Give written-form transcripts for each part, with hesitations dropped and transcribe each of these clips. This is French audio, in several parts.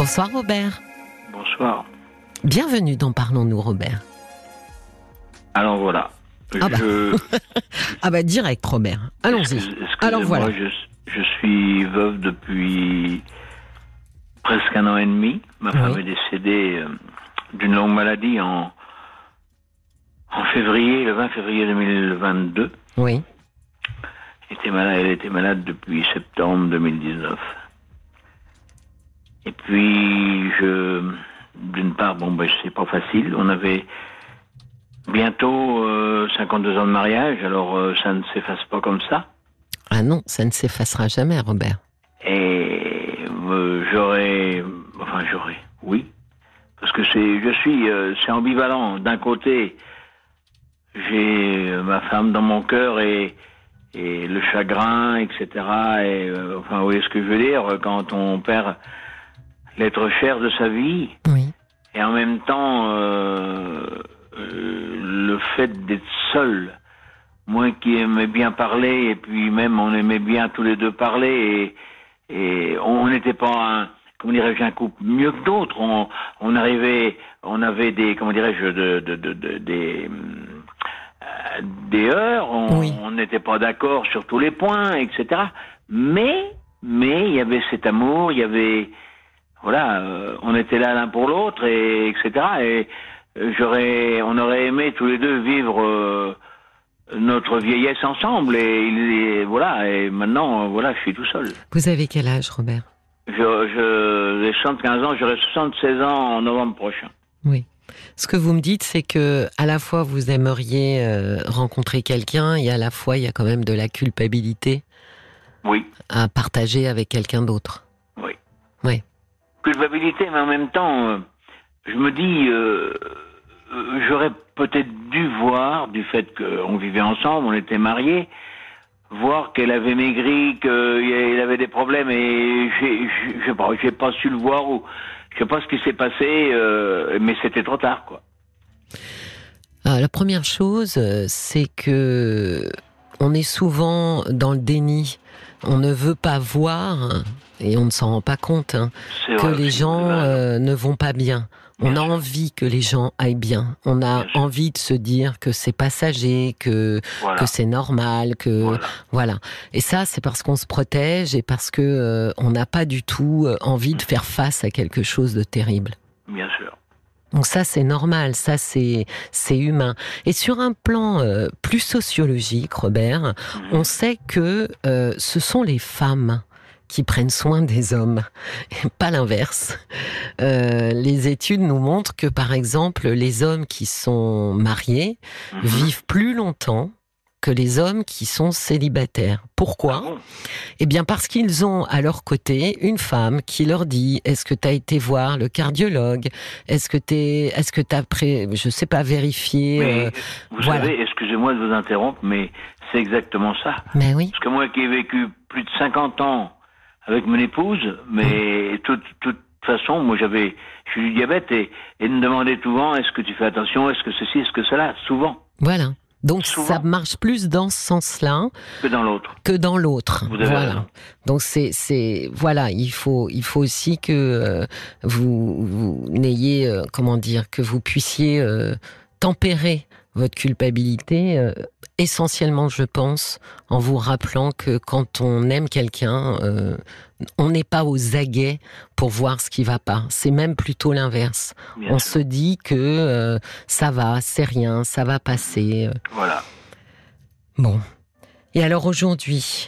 Bonsoir Robert. Bonsoir. Bienvenue dans Parlons-nous Robert. Alors voilà. Ah bah direct Robert. Allons-y. Alors voilà. Je suis veuve depuis presque 1 an et demi. Ma femme est décédée d'une longue maladie en février, le 20 février 2022. Oui. Elle était malade depuis septembre 2019. Et puis, d'une part, c'est pas facile. On avait bientôt 52 ans de mariage, alors ça ne s'efface pas comme ça. Ah non, ça ne s'effacera jamais, Robert. Et oui. Parce que c'est ambivalent. D'un côté, j'ai ma femme dans mon cœur et le chagrin, etc. Vous voyez ce que je veux dire, quand on perd l'être cher de sa vie. Oui. Et en même temps, le fait d'être seul. Moi qui aimais bien parler, et puis même on aimait bien tous les deux parler, et on n'était pas un couple mieux que d'autres. On avait des heures, on n'était pas d'accord sur tous les points, etc. Mais il y avait cet amour, il y avait, on était là l'un pour l'autre, etc. Et on aurait aimé tous les deux vivre notre vieillesse ensemble, et maintenant, je suis tout seul. Vous avez quel âge, Robert ? J'ai 75 ans, j'aurai 76 ans en novembre prochain. Oui. Ce que vous me dites, c'est que à la fois vous aimeriez rencontrer quelqu'un, et à la fois il y a quand même de la culpabilité à partager avec quelqu'un d'autre. Oui. Culpabilité, mais en même temps, je me dis, j'aurais peut-être dû voir, du fait qu'on vivait ensemble, on était mariés, voir qu'elle avait maigri, qu'il avait des problèmes, et j'ai pas su le voir, ou je sais pas ce qui s'est passé, mais c'était trop tard, quoi. La première chose, c'est que on est souvent dans le déni. On ne veut pas voir, et on ne s'en rend pas compte, que les gens ne vont pas bien. On a envie que les gens aillent bien. On a envie de se dire que c'est passager, que c'est normal, que voilà. Et ça, c'est parce qu'on se protège et parce que on n'a pas du tout envie de faire face à quelque chose de terrible. Bien sûr. Donc ça, c'est normal, ça, c'est humain. Et sur un plan plus sociologique, Robert, on sait que ce sont les femmes qui prennent soin des hommes, et pas l'inverse. Les études nous montrent que, par exemple, les hommes qui sont mariés vivent plus longtemps que les hommes qui sont célibataires. Pourquoi ? Eh bien, parce qu'ils ont à leur côté une femme qui leur dit: est-ce que tu as été voir le cardiologue ? Est-ce que je sais pas, vérifié Vous savez, excusez-moi de vous interrompre, mais c'est exactement ça. Mais oui. Parce que moi qui ai vécu plus de 50 ans avec mon épouse, mais toute façon, moi j'ai eu du diabète, et me demandait souvent: est-ce que tu fais attention, est-ce que ceci, est-ce que cela, souvent. Voilà. Donc ça marche plus dans ce sens-là que dans l'autre. Vous avez raison. Donc il faut aussi que vous n'ayez que vous puissiez tempérer votre culpabilité, essentiellement, je pense, en vous rappelant que quand on aime quelqu'un, on n'est pas aux aguets pour voir ce qui va pas. C'est même plutôt l'inverse. On se dit que ça va, c'est rien, ça va passer. Voilà. Bon. Et alors aujourd'hui,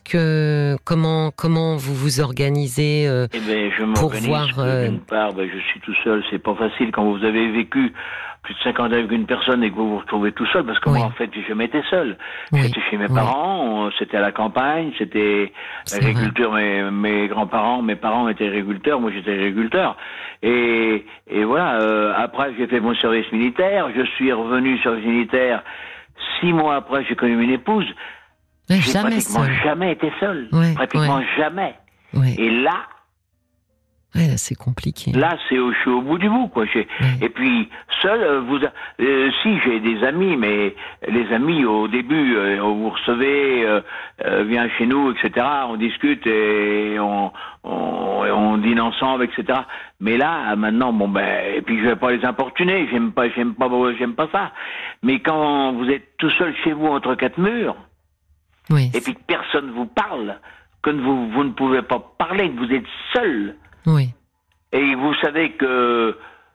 comment vous vous organisez je m'organise pour voir d'une part, je suis tout seul, c'est pas facile quand vous avez vécu plus de 50 ans avec une personne et que vous vous retrouvez tout seul, parce que moi en fait j'ai jamais été seul. J'étais chez mes parents, c'était à la campagne, c'était l'agriculture, mes grands-parents, mes parents étaient agriculteurs, moi j'étais agriculteur. Et voilà, après j'ai fait mon service militaire, je suis revenu sur le service militaire, 6 mois après j'ai connu une épouse. J'ai pratiquement jamais été seul. Jamais. Et là, c'est compliqué. Là, je suis au bout du bout, quoi. Et puis, seul, si j'ai des amis, mais les amis, au début, vous recevez, viens chez nous, etc. On discute et on dit dîne ensemble, etc. Mais là, maintenant, bon ben, et puis je vais pas les importuner, j'aime pas ça. Mais quand vous êtes tout seul chez vous entre quatre murs, oui, et puis que personne vous parle, que vous ne pouvez pas parler, que vous êtes seul, oui, et vous savez que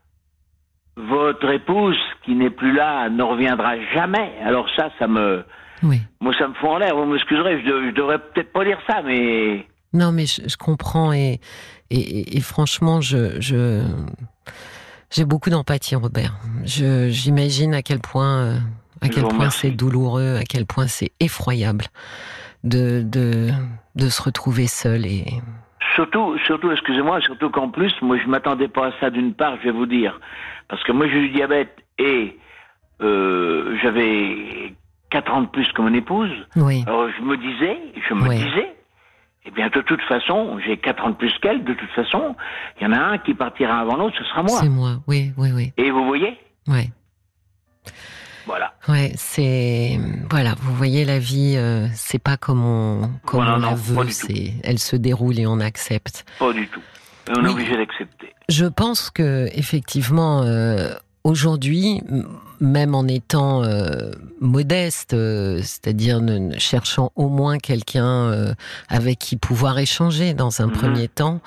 votre épouse, qui n'est plus là, ne reviendra jamais. Alors ça oui. moi, ça me fout en l'air. Vous m'excuserez, je devrais peut-être pas dire ça, mais... Non, mais je comprends et franchement, j'ai beaucoup d'empathie, Robert. J'imagine à quel point c'est douloureux, à quel point c'est effroyable de se retrouver seul et... Surtout, excusez-moi, surtout qu'en plus, moi, je m'attendais pas à ça d'une part, je vais vous dire. Parce que moi, j'ai eu du diabète et j'avais 4 ans de plus que mon épouse. Oui. Alors, je me disais, eh bien, de toute façon, j'ai 4 ans de plus qu'elle, de toute façon, il y en a un qui partira avant l'autre, ce sera moi. C'est moi, oui. Et vous voyez? Oui. Voilà. Ouais, voilà, vous voyez, la vie, c'est pas comme on la veut, elle se déroule et on accepte. Pas du tout. Et on est obligé d'accepter. Je pense que effectivement, aujourd'hui, même en étant modeste, c'est-à-dire cherchant au moins quelqu'un avec qui pouvoir échanger dans un premier temps,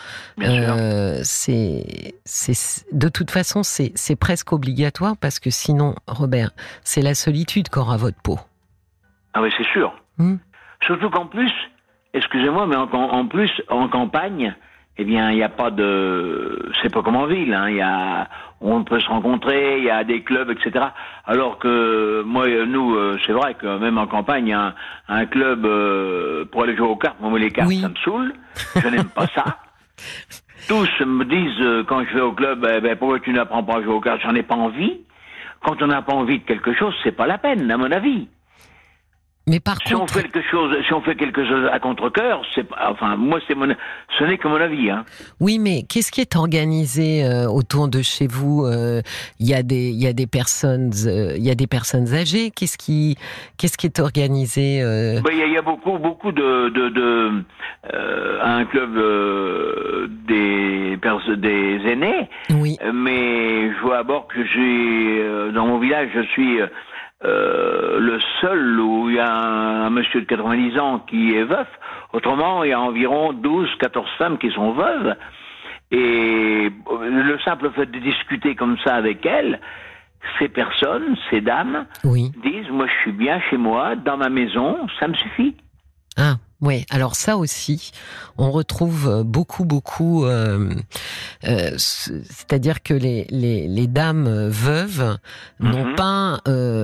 c'est de toute façon c'est presque obligatoire parce que sinon, Robert, c'est la solitude qu'aura votre peau. Ah oui, c'est sûr. Surtout qu'en plus, excusez-moi, mais en plus en campagne, eh bien, il n'y a pas de... C'est pas comme en ville, hein. On peut se rencontrer, il y a des clubs, etc. Alors que, moi, nous, c'est vrai que même en campagne, il y a un club pour aller jouer aux cartes. Moi, les cartes, ça me saoule. Je n'aime pas ça. Tous me disent, quand je vais au club, pourquoi tu n'apprends pas à jouer aux cartes? J'en ai pas envie. Quand on n'a pas envie de quelque chose, c'est pas la peine, à mon avis. Mais par contre, si on fait quelque chose à contre-cœur, moi, ce n'est que mon avis, hein. Oui, mais qu'est-ce qui est organisé autour de chez vous? Il y a des personnes âgées. Qu'est-ce qui est organisé? Il y a beaucoup un club des aînés. Oui. Mais je vois à bord que dans mon village, je suis le seul où il y a un monsieur de 90 ans qui est veuf. Autrement, il y a environ 12-14 femmes qui sont veuves. Et le simple fait de discuter comme ça avec elles, ces personnes, ces dames, disent, moi je suis bien chez moi, dans ma maison, ça me suffit. Ah, oui. Alors ça aussi, on retrouve beaucoup. C'est-à-dire que les dames veuves n'ont pas,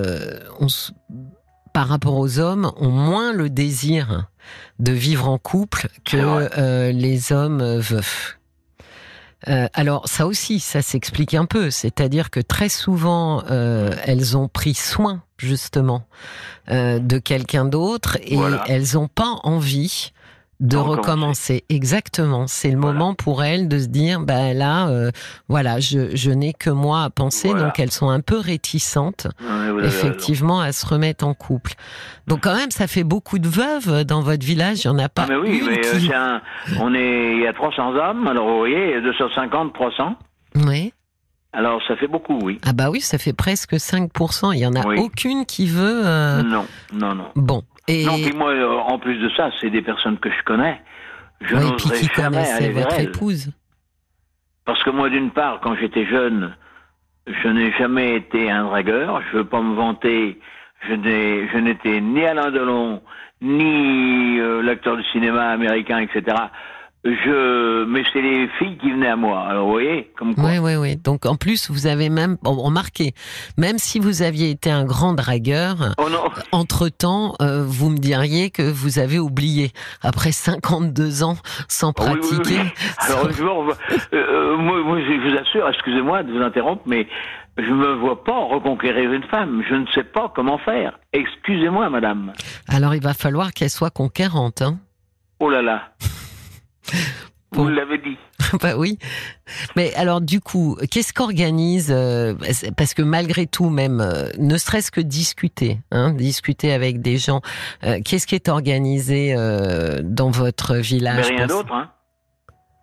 par rapport aux hommes, ont moins le désir de vivre en couple que les hommes veufs. Alors ça aussi, ça s'explique un peu, c'est-à-dire que très souvent elles ont pris soin justement de quelqu'un d'autre et elles n'ont pas envie de recommencer. Exactement, c'est le moment pour elles de se dire je n'ai que moi à penser, donc elles sont un peu réticentes effectivement à se remettre en couple. Donc quand même ça fait beaucoup de veuves dans votre village, il n'y en a pas mais oui, mais il y a 300 hommes, alors vous voyez, 250, 300. Oui. Alors ça fait beaucoup, oui. Ah bah oui, ça fait presque 5%, il n'y en a aucune qui veut... Non. Bon. Non, puis moi, en plus de ça, c'est des personnes que je connais. Je n'oserais jamais aller vers votre elles. Épouse. Parce que moi, d'une part, quand j'étais jeune, je n'ai jamais été un dragueur. Je veux pas me vanter. Je n'étais ni Alain Delon, ni l'acteur de cinéma américain, etc. Mais c'est les filles qui venaient à moi. Alors, vous voyez, comme quoi. Oui. Donc, en plus, vous avez même remarqué, même si vous aviez été un grand dragueur, entre-temps, vous me diriez que vous avez oublié, après 52 ans sans pratiquer. Oui. Alors, moi, je vous assure, excusez-moi de vous interrompre, mais je me vois pas reconquérir une femme. Je ne sais pas comment faire. Excusez-moi, madame. Alors, il va falloir qu'elle soit conquérante, hein. Oh là là. Vous l'avez dit. Bah oui. Mais alors du coup, qu'est-ce qu'organise parce que malgré tout, même ne serait-ce que discuter avec des gens, qu'est-ce qui est organisé dans votre village? Mais rien d'autre, hein.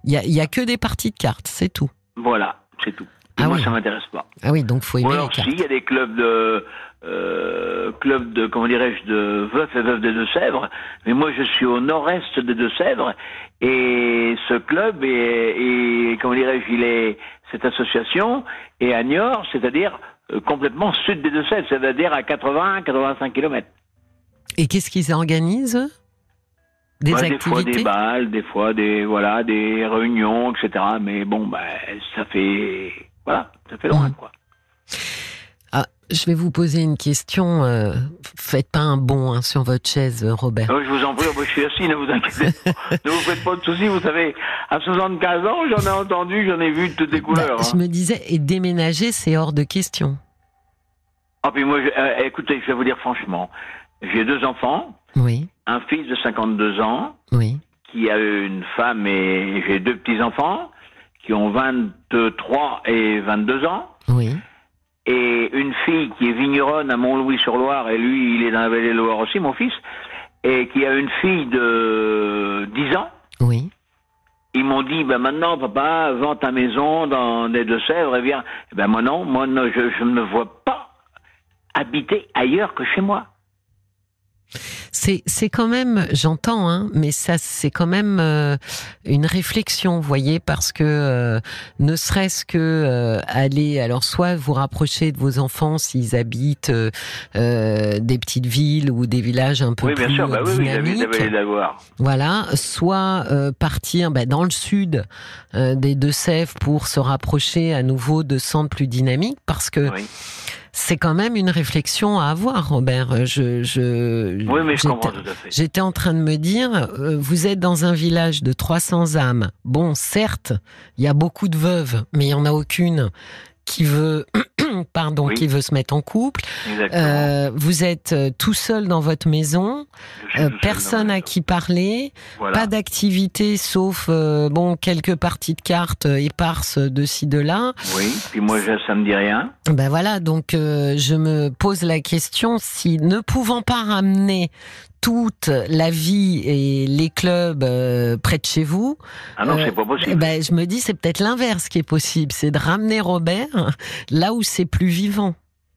Il y a que des parties de cartes, c'est tout. Voilà, c'est tout. Et moi, ça m'intéresse pas. Ah oui, donc faut aimer les cartes. Si, il y a des clubs de comment dirais-je, de veufs et veuves des Deux-Sèvres, mais moi je suis au nord-est des Deux-Sèvres, et ce club est comment dirais-je, cette association est à Niort, c'est-à-dire complètement sud des Deux-Sèvres, c'est-à-dire à 80-85 km. Et qu'est-ce qu'ils organisent ? Des activités ? Des fois des balles, des fois des réunions, etc. Mais bon, ça fait loin, quoi. Ah, je vais vous poser une question. Faites pas un bond sur votre chaise, Robert. Je vous en prie, moi je suis assis, ne vous inquiétez pas. Ne vous faites pas de soucis, vous savez, à 75 ans, j'en ai entendu, j'en ai vu de toutes les couleurs. Je me disais, et déménager, c'est hors de question. Ah, puis moi, écoutez, je vais vous dire franchement, j'ai 2 enfants. Oui. Un fils de 52 ans. Oui. Qui a une femme, et j'ai 2 petits-enfants qui ont 23 et 22 ans. Oui. Et une fille qui est vigneronne à Mont-Louis-sur-Loire, et lui, il est dans la vallée de Loire aussi, mon fils, et qui a une fille de 10 ans. Oui. Ils m'ont dit, maintenant, papa, vends ta maison dans les Deux-Sèvres et viens. Moi non, je ne me vois pas habiter ailleurs que chez moi. C'est quand même, j'entends, mais ça c'est quand même une réflexion, vous voyez, parce que ne serait-ce que aller, alors soit vous rapprocher de vos enfants s'ils habitent des petites villes ou des villages un peu plus bien sûr, dynamiques. Oui, d'avoir. Voilà, soit partir dans le sud des Deux-Sèvres pour se rapprocher à nouveau de centres plus dynamiques, parce que c'est quand même une réflexion à avoir, Robert. Oui, mais je comprends tout à fait. J'étais en train de me dire, vous êtes dans un village de 300 âmes. Bon, certes, il y a beaucoup de veuves, mais il n'y en a aucune qui veut, qui veut se mettre en couple. Vous êtes tout seul dans votre maison, personne à qui parler, pas d'activité sauf quelques parties de cartes éparses de ci de là. Oui, puis moi ça me dit rien. Voilà, donc je me pose la question, si ne pouvant pas ramener toute la vie et les clubs près de chez vous. Ah non, c'est pas possible. Je me dis, c'est peut-être l'inverse qui est possible, c'est de ramener Robert là où c'est plus vivant.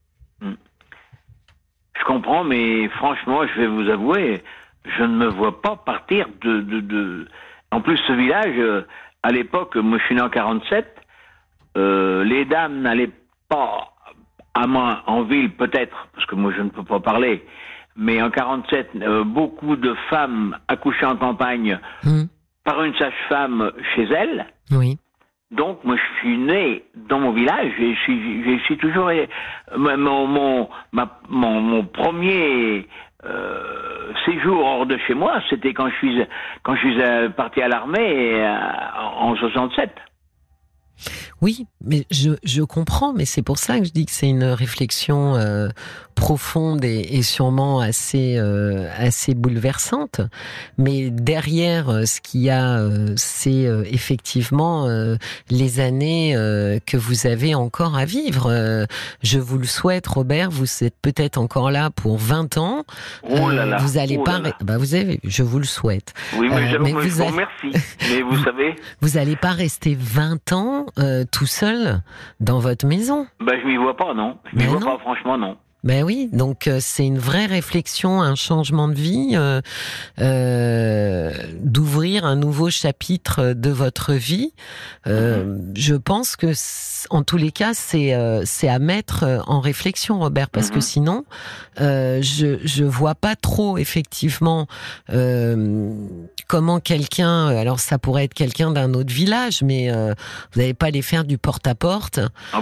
Je comprends, mais franchement, je vais vous avouer, je ne me vois pas partir de... En plus, ce village, à l'époque, moi je suis né en 47, les dames n'allaient pas, à moins en ville peut-être, parce que moi je ne peux pas parler, mais en 47, beaucoup de femmes accouchaient en campagne par une sage-femme chez elles. Oui. Donc, moi, je suis né dans mon village et je suis toujours... Mon premier séjour hors de chez moi, c'était quand je suis parti à l'armée en 67. Oui, mais je comprends, mais c'est pour ça que je dis que c'est une réflexion profonde et sûrement assez bouleversante. Mais derrière ce qu'il y a, c'est effectivement les années que vous avez encore à vivre. Je vous le souhaite, Robert, vous êtes peut-être encore là pour 20 ans. Oh là là. Vous allez pas... vous avez... Je vous le souhaite. Oui, mais je vous remercie. Mais vous savez... Vous n'allez pas rester 20 ans tout seul dans votre maison. Je m'y vois pas, non. Je m'y vois pas, franchement, non. Oui, donc c'est une vraie réflexion, un changement de vie, d'ouvrir un nouveau chapitre de votre vie. Je pense que, en tous les cas, c'est à mettre en réflexion, Robert, parce que sinon, je vois pas trop effectivement comment quelqu'un, alors ça pourrait être quelqu'un d'un autre village, mais vous n'allez pas aller faire du porte-à-porte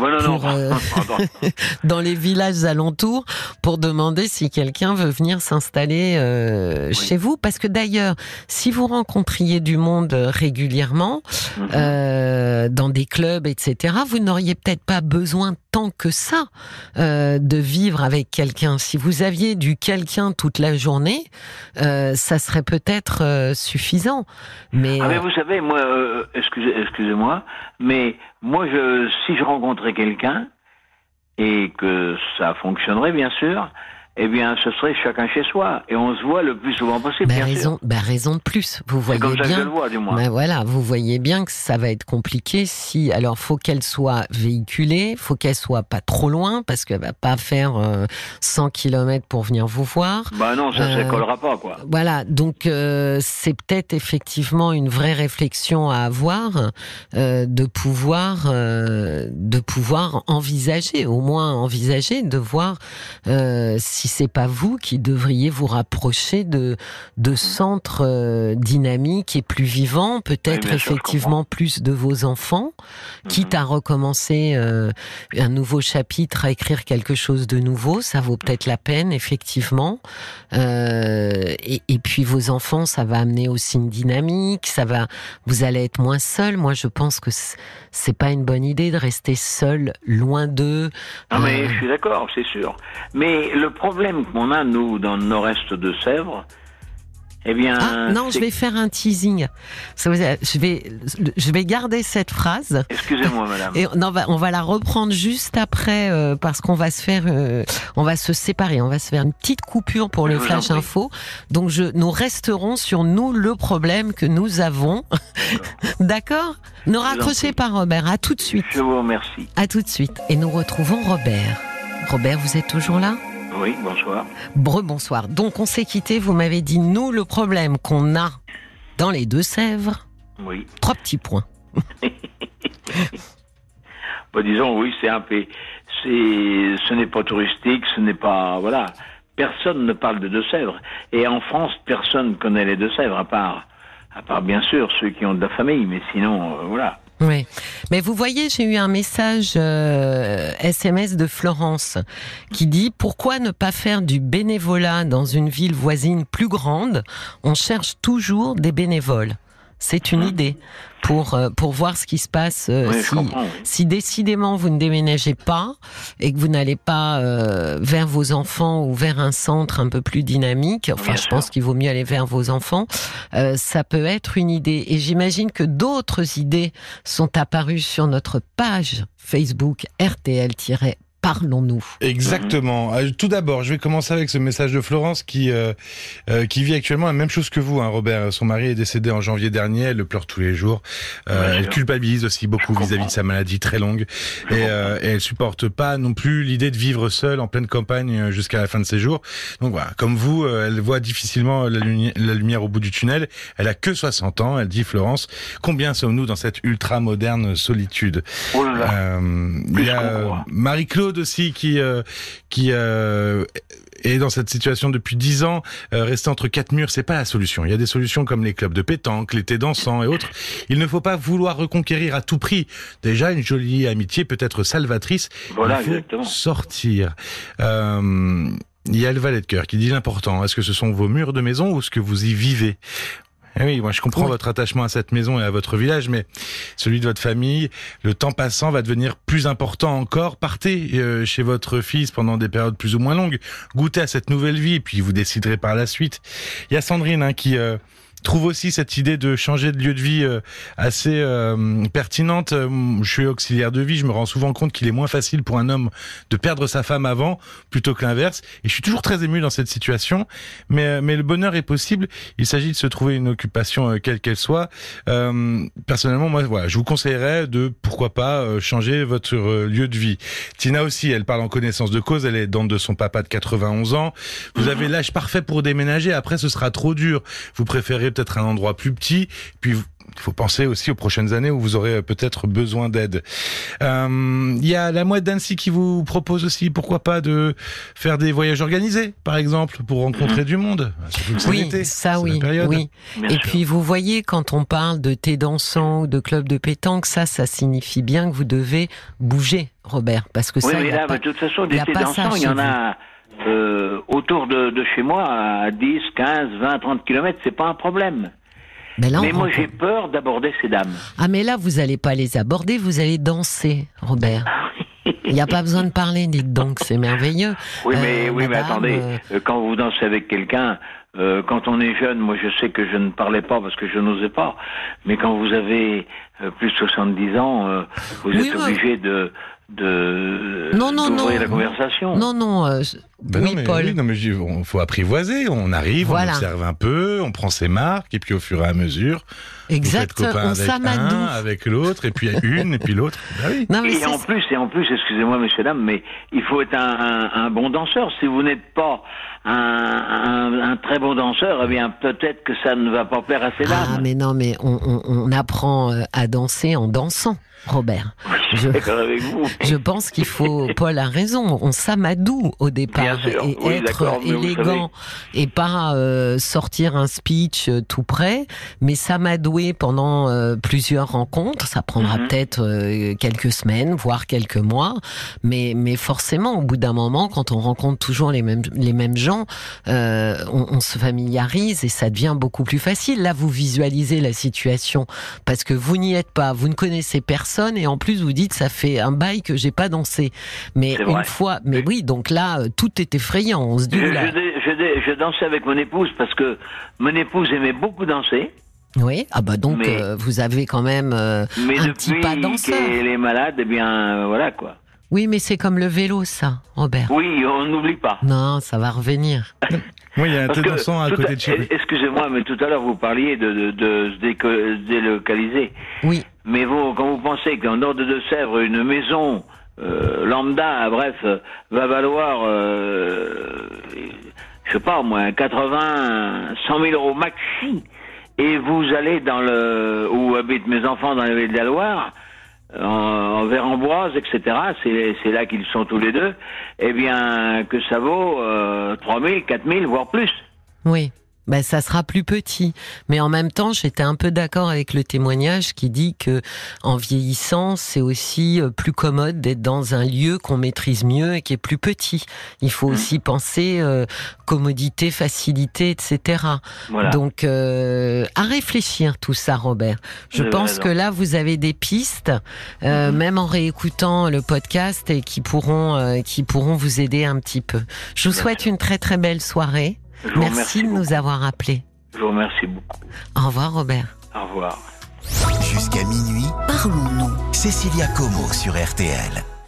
dans les villages alentours pour demander si quelqu'un veut venir s'installer chez vous. Parce que d'ailleurs, si vous rencontriez du monde régulièrement, dans des clubs, etc., vous n'auriez peut-être pas besoin tant que ça de vivre avec quelqu'un. Si vous aviez du quelqu'un toute la journée, ça serait peut-être suffisant. Mais vous savez, moi, excusez-moi, mais moi, si je rencontrais quelqu'un, et que ça fonctionnerait bien sûr, eh bien, ce serait chacun chez soi. Et on se voit le plus souvent possible, bien sûr. Raison de plus. Vous voyez comme ça bien. Que je le vois, du moins. Voilà, vous voyez bien que ça va être compliqué si. Alors, faut qu'elle soit véhiculée, faut qu'elle soit pas trop loin, parce qu'elle va pas faire 100 km pour venir vous voir. Bah non, ça collera pas, quoi. Voilà, donc c'est peut-être effectivement une vraie réflexion à avoir, de pouvoir envisager, au moins envisager, de voir si c'est pas vous qui devriez vous rapprocher de centres dynamiques et plus vivants, peut-être effectivement plus de vos enfants, quitte à recommencer un nouveau chapitre, à écrire quelque chose de nouveau, ça vaut peut-être la peine, effectivement. Et puis vos enfants, ça va amener aussi une dynamique, vous allez être moins seul. Moi, je pense que c'est pas une bonne idée de rester seul, loin d'eux. Non, mais je suis d'accord, c'est sûr. Mais le problème qu'on a, nous, dans le nord-est de Sèvres, eh bien... je vais faire un teasing. Je vais garder cette phrase. Excusez-moi, madame. Et on va la reprendre juste après, parce qu'on va on va se séparer. On va se faire une petite coupure pour le Flash Info. Donc, nous resterons sur le problème que nous avons. D'accord ? Ne raccrochez pas, Robert. À tout de suite. Je vous remercie. À tout de suite. Et nous retrouvons Robert. Robert, vous êtes toujours là ? Oui, bonsoir. Bonsoir. Donc, on s'est quitté. Vous m'avez dit, nous, le problème qu'on a dans les Deux-Sèvres. Oui. 3 petits points. Disons, oui, ce n'est pas touristique, ce n'est pas, voilà. Personne ne parle de Deux-Sèvres. Et en France, personne ne connaît les Deux-Sèvres, à part bien sûr ceux qui ont de la famille, mais sinon, voilà. Oui, mais vous voyez, j'ai eu un message SMS de Florence qui dit « Pourquoi ne pas faire du bénévolat dans une ville voisine plus grande ? On cherche toujours des bénévoles. » C'est une idée pour voir ce qui se passe si décidément vous ne déménagez pas et que vous n'allez pas vers vos enfants ou vers un centre un peu plus dynamique. Enfin, je pense qu'il vaut mieux aller vers vos enfants. Ça peut être une idée. Et j'imagine que d'autres idées sont apparues sur notre page Facebook RTL-Parlons-nous. Exactement. Tout d'abord, je vais commencer avec ce message de Florence qui vit actuellement la même chose que vous, hein, Robert. Son mari est décédé en janvier dernier, elle le pleure tous les jours. Elle culpabilise aussi beaucoup vis-à-vis de sa maladie très longue. Et elle supporte pas non plus l'idée de vivre seule en pleine campagne jusqu'à la fin de ses jours. Donc voilà, comme vous, elle voit difficilement la lumière au bout du tunnel. Elle a que 60 ans, elle dit Florence. Combien sommes-nous dans cette ultra-moderne solitude ? Oh là là. Il y a Marie-Claude aussi qui est dans cette situation depuis 10 ans. Rester entre 4 murs, c'est pas la solution. Il y a des solutions comme les clubs de pétanque, l'été dansant et autres. Il ne faut pas vouloir reconquérir à tout prix. Déjà, une jolie amitié peut être salvatrice. Voilà, il faut exactement. Sortir. Il y a le valet de cœur qui dit l'important. Est-ce que ce sont vos murs de maison ou ce que vous y vivez ? Eh oui, moi je comprends votre attachement à cette maison et à votre village, mais celui de votre famille, le temps passant va devenir plus important encore. Partez chez votre fils pendant des périodes plus ou moins longues, goûtez à cette nouvelle vie, et puis vous déciderez par la suite. Il y a Sandrine qui trouve aussi cette idée de changer de lieu de vie assez pertinente. Je suis auxiliaire de vie, je me rends souvent compte qu'il est moins facile pour un homme de perdre sa femme avant plutôt que l'inverse. Et je suis toujours très ému dans cette situation, mais le bonheur est possible. Il s'agit de se trouver une occupation quelle qu'elle soit. Personnellement, moi, voilà, je vous conseillerais de, pourquoi pas, changer votre lieu de vie. Tina aussi, elle parle en connaissance de cause, elle est aidante de son papa de 91 ans. Vous avez l'âge parfait pour déménager, après ce sera trop dur. Vous préférez peut-être un endroit plus petit, puis il faut penser aussi aux prochaines années où vous aurez peut-être besoin d'aide. Il y a la Mouette d'Annecy qui vous propose aussi, pourquoi pas, de faire des voyages organisés, par exemple, pour rencontrer du monde. Oui, ça oui. Et puis vous voyez, quand on parle de thé dansant ou de club de pétanque, ça signifie bien que vous devez bouger, Robert, parce que oui, ça. Oui, mais là, de toute façon, des thé dansants, il y en a autour de chez moi à 10, 15, 20, 30 kilomètres, c'est pas un problème. Mais moi, j'ai peur d'aborder ces dames. Ah, mais là, vous allez pas les aborder, vous allez danser, Robert. Il n'y a pas besoin de parler, dites donc, c'est merveilleux. Oui, mais attendez, quand vous dansez avec quelqu'un, quand on est jeune, moi je sais que je ne parlais pas parce que je n'osais pas, mais quand vous avez plus de 70 ans, vous êtes obligé d'ouvrir la conversation. Non, Ben oui, non, mais, Paul. Oui, non, mais il faut apprivoiser. On arrive, on observe un peu, on prend ses marques, et puis au fur et à mesure, exact, vous faites copain on avec s'amadoue. un, avec l'autre, et puis une, et puis l'autre. Ben oui. Non, mais et en plus, excusez-moi, messieurs, dames, mais il faut être un bon danseur. Si vous n'êtes pas un très bon danseur, eh bien, peut-être que ça ne va pas plaire à ses dames. Ah, mais non, mais on apprend à danser en dansant, Robert. Je suis d'accord avec vous. Je pense qu'il faut, Paul a raison, on s'amadoue au départ. Bien sûr, et oui, être élégant et pas sortir un speech tout près, mais s'amadouer pendant plusieurs rencontres. Ça prendra peut-être quelques semaines, voire quelques mois, mais forcément, au bout d'un moment, quand on rencontre toujours les mêmes gens, on se familiarise et ça devient beaucoup plus facile. Là, vous visualisez la situation parce que vous n'y êtes pas, vous ne connaissez personne et en plus vous dites ça fait un bail que j'ai pas dansé. Mais une fois, mais oui, donc là tout est effrayant. On se dit je dansais avec mon épouse parce que mon épouse aimait beaucoup danser. Oui, ah bah donc vous avez quand même un petit pas danseur. Mais depuis qu'elle est malade, eh bien voilà quoi. Oui, mais c'est comme le vélo, ça, Robert. Oui, on n'oublie pas. Non, ça va revenir. Oui, il y a un peu de son à côté de chez vous. Excusez-moi, mais tout à l'heure vous parliez de se délocaliser. Oui. Mais vous, quand vous pensez qu'en nord de Deux-Sèvres, une maison lambda, bref, va valoir, je sais pas moi, 80, 100 000 euros maxi, et vous allez où habitent mes enfants dans la ville de la Loire, en Vert-en-Boise, etc., c'est là qu'ils sont tous les deux, eh bien, que ça vaut 3 000, 4 000, voire plus. Oui. Ben, ça sera plus petit. Mais en même temps, j'étais un peu d'accord avec le témoignage qui dit que, en vieillissant, c'est aussi plus commode d'être dans un lieu qu'on maîtrise mieux et qui est plus petit. Il faut aussi penser commodité, facilité, etc. Voilà. Donc, à réfléchir tout ça, Robert. Je pense que là, vous avez des pistes, même en réécoutant le podcast et qui pourront vous aider un petit peu. Je vous souhaite une très très belle soirée. Merci de nous avoir appelés. Je vous remercie beaucoup. Au revoir, Robert. Au revoir. Jusqu'à minuit, parlons-nous. Cécilia Como sur RTL.